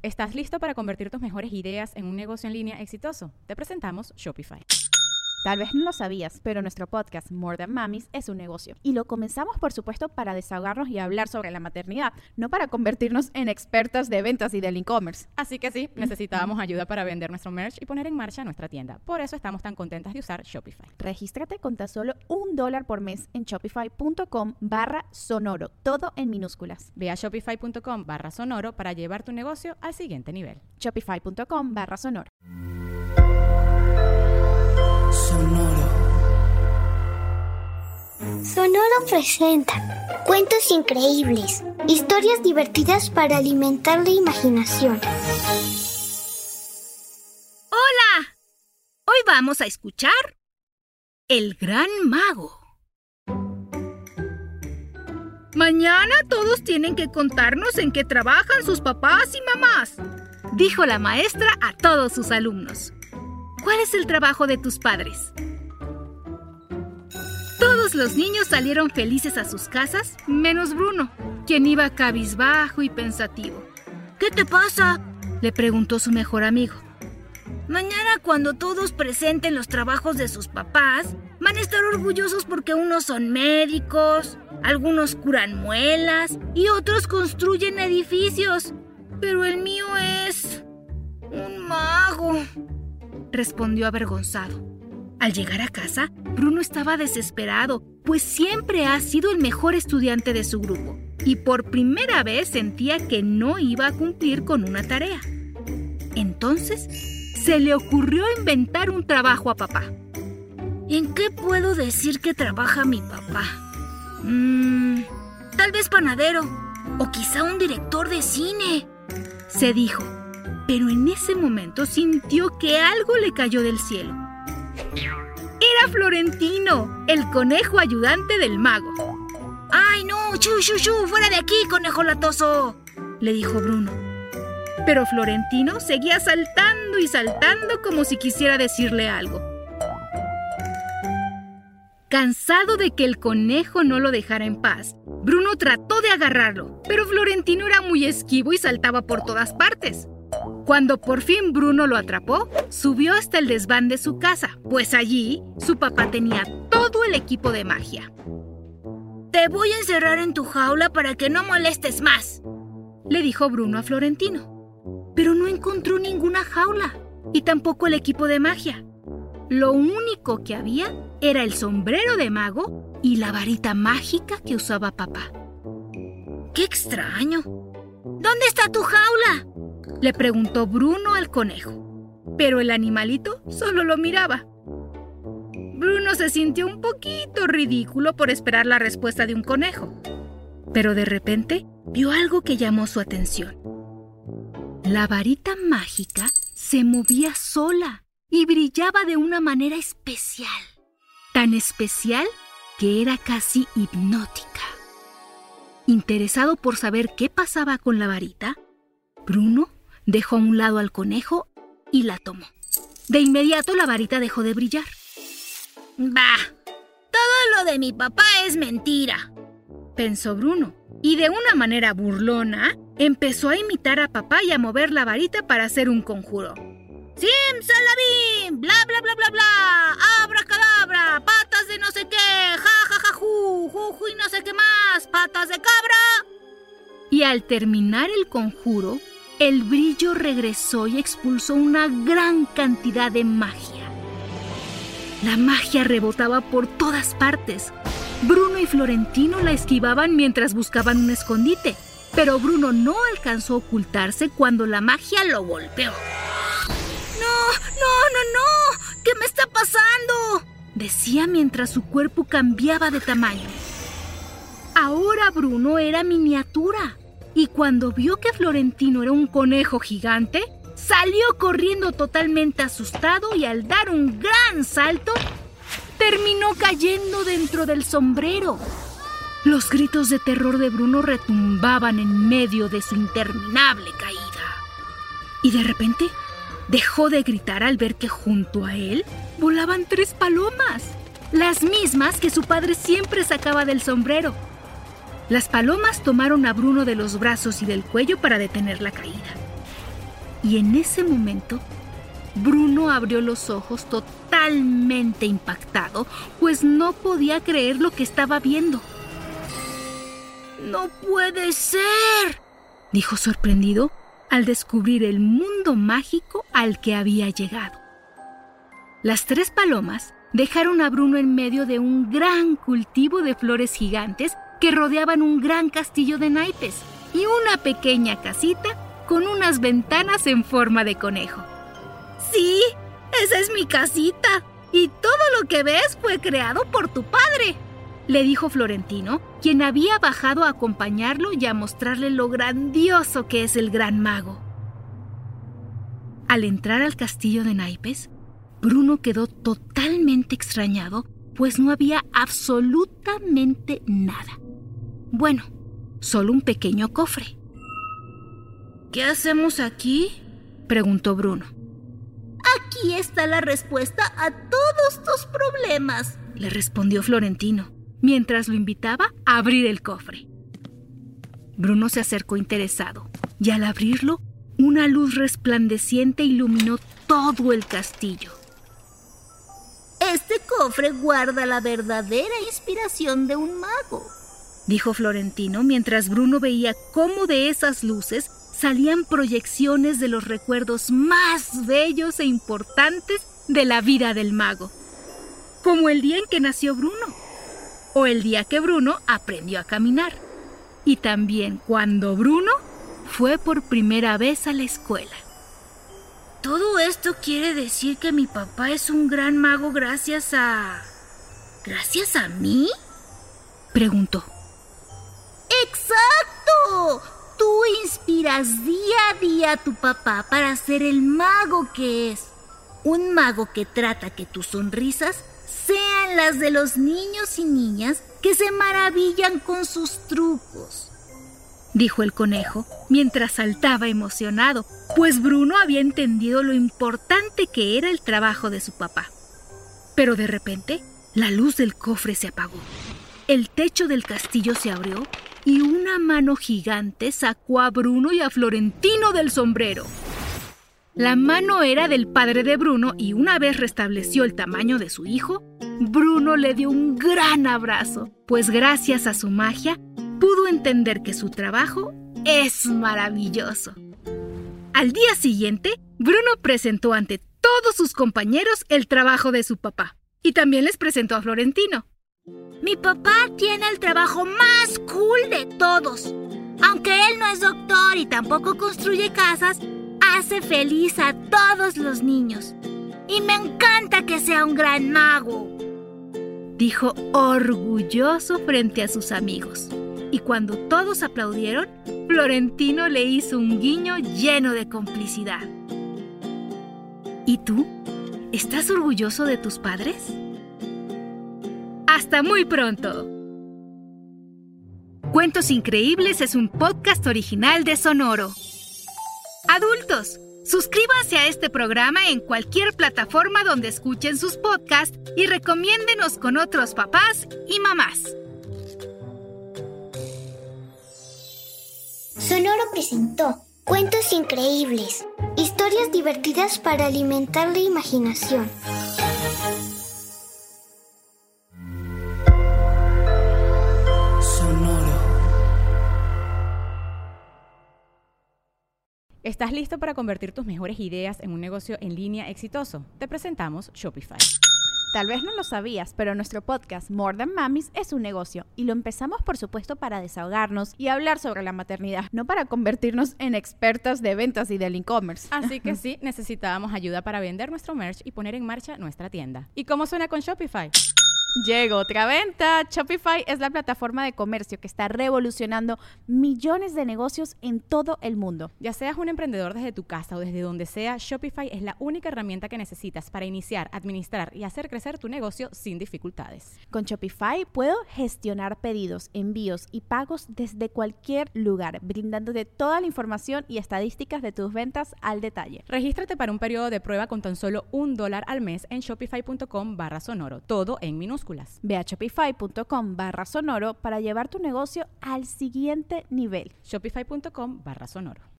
¿Estás listo para convertir tus mejores ideas en un negocio en línea exitoso? Te presentamos Shopify. Tal vez no lo sabías, pero nuestro podcast More Than Mamis es un negocio. Y lo comenzamos, por supuesto, para desahogarnos y hablar sobre la maternidad, no para convertirnos en expertas de ventas y del e-commerce. Así que sí, necesitábamos ayuda para vender nuestro merch y poner en marcha nuestra tienda. Por eso estamos tan contentas de usar Shopify. Regístrate con tan solo $1 por mes en shopify.com/sonoro, todo en minúsculas. Ve a shopify.com/sonoro para llevar tu negocio al siguiente nivel. Shopify.com/sonoro. Sonoro presenta cuentos increíbles, historias divertidas para alimentar la imaginación. ¡Hola! Hoy vamos a escuchar El Gran Mago. Mañana todos tienen que contarnos en qué trabajan sus papás y mamás, dijo la maestra a todos sus alumnos. ¿Cuál es el trabajo de tus padres? Todos los niños salieron felices a sus casas, menos Bruno, quien iba cabizbajo y pensativo. ¿Qué te pasa?, le preguntó su mejor amigo. Mañana, cuando todos presenten los trabajos de sus papás, van a estar orgullosos porque unos son médicos, algunos curan muelas y otros construyen edificios. Pero el mío es un mago, respondió avergonzado. Al llegar a casa, Bruno estaba desesperado, pues siempre ha sido el mejor estudiante de su grupo y por primera vez sentía que no iba a cumplir con una tarea. Entonces, se le ocurrió inventar un trabajo a papá. ¿En qué puedo decir que trabaja mi papá? Tal vez panadero, o quizá un director de cine, se dijo, pero en ese momento sintió que algo le cayó del cielo. Era Florentino, el conejo ayudante del mago. ¡Ay, no! ¡Chu! ¡Fuera de aquí, conejo latoso!, le dijo Bruno. Pero Florentino seguía saltando y saltando como si quisiera decirle algo. Cansado de que el conejo no lo dejara en paz, Bruno trató de agarrarlo, pero Florentino era muy esquivo y saltaba por todas partes. Cuando por fin Bruno lo atrapó, subió hasta el desván de su casa, pues allí su papá tenía todo el equipo de magia. «Te voy a encerrar en tu jaula para que no molestes más», le dijo Bruno a Florentino. Pero no encontró ninguna jaula y tampoco el equipo de magia. Lo único que había era el sombrero de mago y la varita mágica que usaba papá. ¡Qué extraño! ¿Dónde está tu jaula?, le preguntó Bruno al conejo, pero el animalito solo lo miraba. Bruno se sintió un poquito ridículo por esperar la respuesta de un conejo, pero de repente vio algo que llamó su atención. La varita mágica se movía sola y brillaba de una manera especial, tan especial que era casi hipnótica. Interesado por saber qué pasaba con la varita, Bruno dejó a un lado al conejo y la tomó. De inmediato la varita dejó de brillar. «Bah, todo lo de mi papá es mentira», pensó Bruno, y de una manera burlona empezó a imitar a papá y a mover la varita para hacer un conjuro. «Simsalabim, bla bla bla bla bla, abracadabra, patas de no sé qué, ja ja ja ju, juju y no sé qué más, patas de cabra». Y al terminar el conjuro, el brillo regresó y expulsó una gran cantidad de magia. La magia rebotaba por todas partes. Bruno y Florentino la esquivaban mientras buscaban un escondite, pero Bruno no alcanzó a ocultarse cuando la magia lo golpeó. ¡No! ¿Qué me está pasando?, decía mientras su cuerpo cambiaba de tamaño. Ahora Bruno era miniatura. Y cuando vio que Florentino era un conejo gigante, salió corriendo totalmente asustado y al dar un gran salto, terminó cayendo dentro del sombrero. Los gritos de terror de Bruno retumbaban en medio de su interminable caída. Y de repente, dejó de gritar al ver que junto a él volaban 3 palomas, las mismas que su padre siempre sacaba del sombrero. Las palomas tomaron a Bruno de los brazos y del cuello para detener la caída. Y en ese momento, Bruno abrió los ojos totalmente impactado, pues no podía creer lo que estaba viendo. ¡No puede ser!, dijo sorprendido al descubrir el mundo mágico al que había llegado. Las 3 palomas dejaron a Bruno en medio de un gran cultivo de flores gigantes que rodeaban un gran castillo de naipes y una pequeña casita con unas ventanas en forma de conejo. ¡Sí! ¡Esa es mi casita! Y todo lo que ves fue creado por tu padre, le dijo Florentino, quien había bajado a acompañarlo y a mostrarle lo grandioso que es el gran mago. Al entrar al castillo de naipes, Bruno quedó totalmente extrañado, pues no había absolutamente nada. Bueno, solo un pequeño cofre. ¿Qué hacemos aquí?, preguntó Bruno. Aquí está la respuesta a todos tus problemas, le respondió Florentino, mientras lo invitaba a abrir el cofre. Bruno se acercó interesado, y al abrirlo, una luz resplandeciente iluminó todo el castillo. Este cofre guarda la verdadera inspiración de un mago, dijo Florentino, mientras Bruno veía cómo de esas luces salían proyecciones de los recuerdos más bellos e importantes de la vida del mago, como el día en que nació Bruno, o el día que Bruno aprendió a caminar, y también cuando Bruno fue por primera vez a la escuela. ¿Todo esto quiere decir que mi papá es un gran mago gracias a mí?, preguntó. ¡Exacto! Tú inspiras día a día a tu papá para ser el mago que es. Un mago que trata que tus sonrisas sean las de los niños y niñas que se maravillan con sus trucos, dijo el conejo mientras saltaba emocionado, pues Bruno había entendido lo importante que era el trabajo de su papá. Pero de repente, la luz del cofre se apagó. El techo del castillo se abrió y una mano gigante sacó a Bruno y a Florentino del sombrero. La mano era del padre de Bruno y una vez restableció el tamaño de su hijo, Bruno le dio un gran abrazo, pues gracias a su magia pudo entender que su trabajo es maravilloso. Al día siguiente, Bruno presentó ante todos sus compañeros el trabajo de su papá y también les presentó a Florentino. Mi papá tiene el trabajo más cool de todos. Aunque él no es doctor y tampoco construye casas, hace feliz a todos los niños. Y me encanta que sea un gran mago, dijo orgulloso frente a sus amigos. Y cuando todos aplaudieron, Florentino le hizo un guiño lleno de complicidad. ¿Y tú? ¿Estás orgulloso de tus padres? ¡Hasta muy pronto! Cuentos Increíbles es un podcast original de Sonoro. Adultos, suscríbanse a este programa en cualquier plataforma donde escuchen sus podcasts y recomiéndenos con otros papás y mamás. Sonoro presentó Cuentos Increíbles, historias divertidas para alimentar la imaginación. ¿Estás listo para convertir tus mejores ideas en un negocio en línea exitoso? Te presentamos Shopify. Tal vez no lo sabías, pero nuestro podcast More Than Mamis es un negocio y lo empezamos por supuesto para desahogarnos y hablar sobre la maternidad, no para convertirnos en expertas de ventas y del e-commerce. Así que sí, necesitábamos ayuda para vender nuestro merch y poner en marcha nuestra tienda. ¿Y cómo suena con Shopify? Llegó otra venta. Shopify es la plataforma de comercio que está revolucionando millones de negocios en todo el mundo. Ya seas un emprendedor desde tu casa o desde donde sea, Shopify es la única herramienta que necesitas para iniciar, administrar y hacer crecer tu negocio sin dificultades. Con Shopify puedo gestionar pedidos, envíos y pagos desde cualquier lugar, brindándote toda la información y estadísticas de tus ventas al detalle. Regístrate para un periodo de prueba con tan solo $1 al mes en shopify.com/sonoro, todo en minúsculas. Ve a shopify.com/sonoro para llevar tu negocio al siguiente nivel. Shopify.com/sonoro.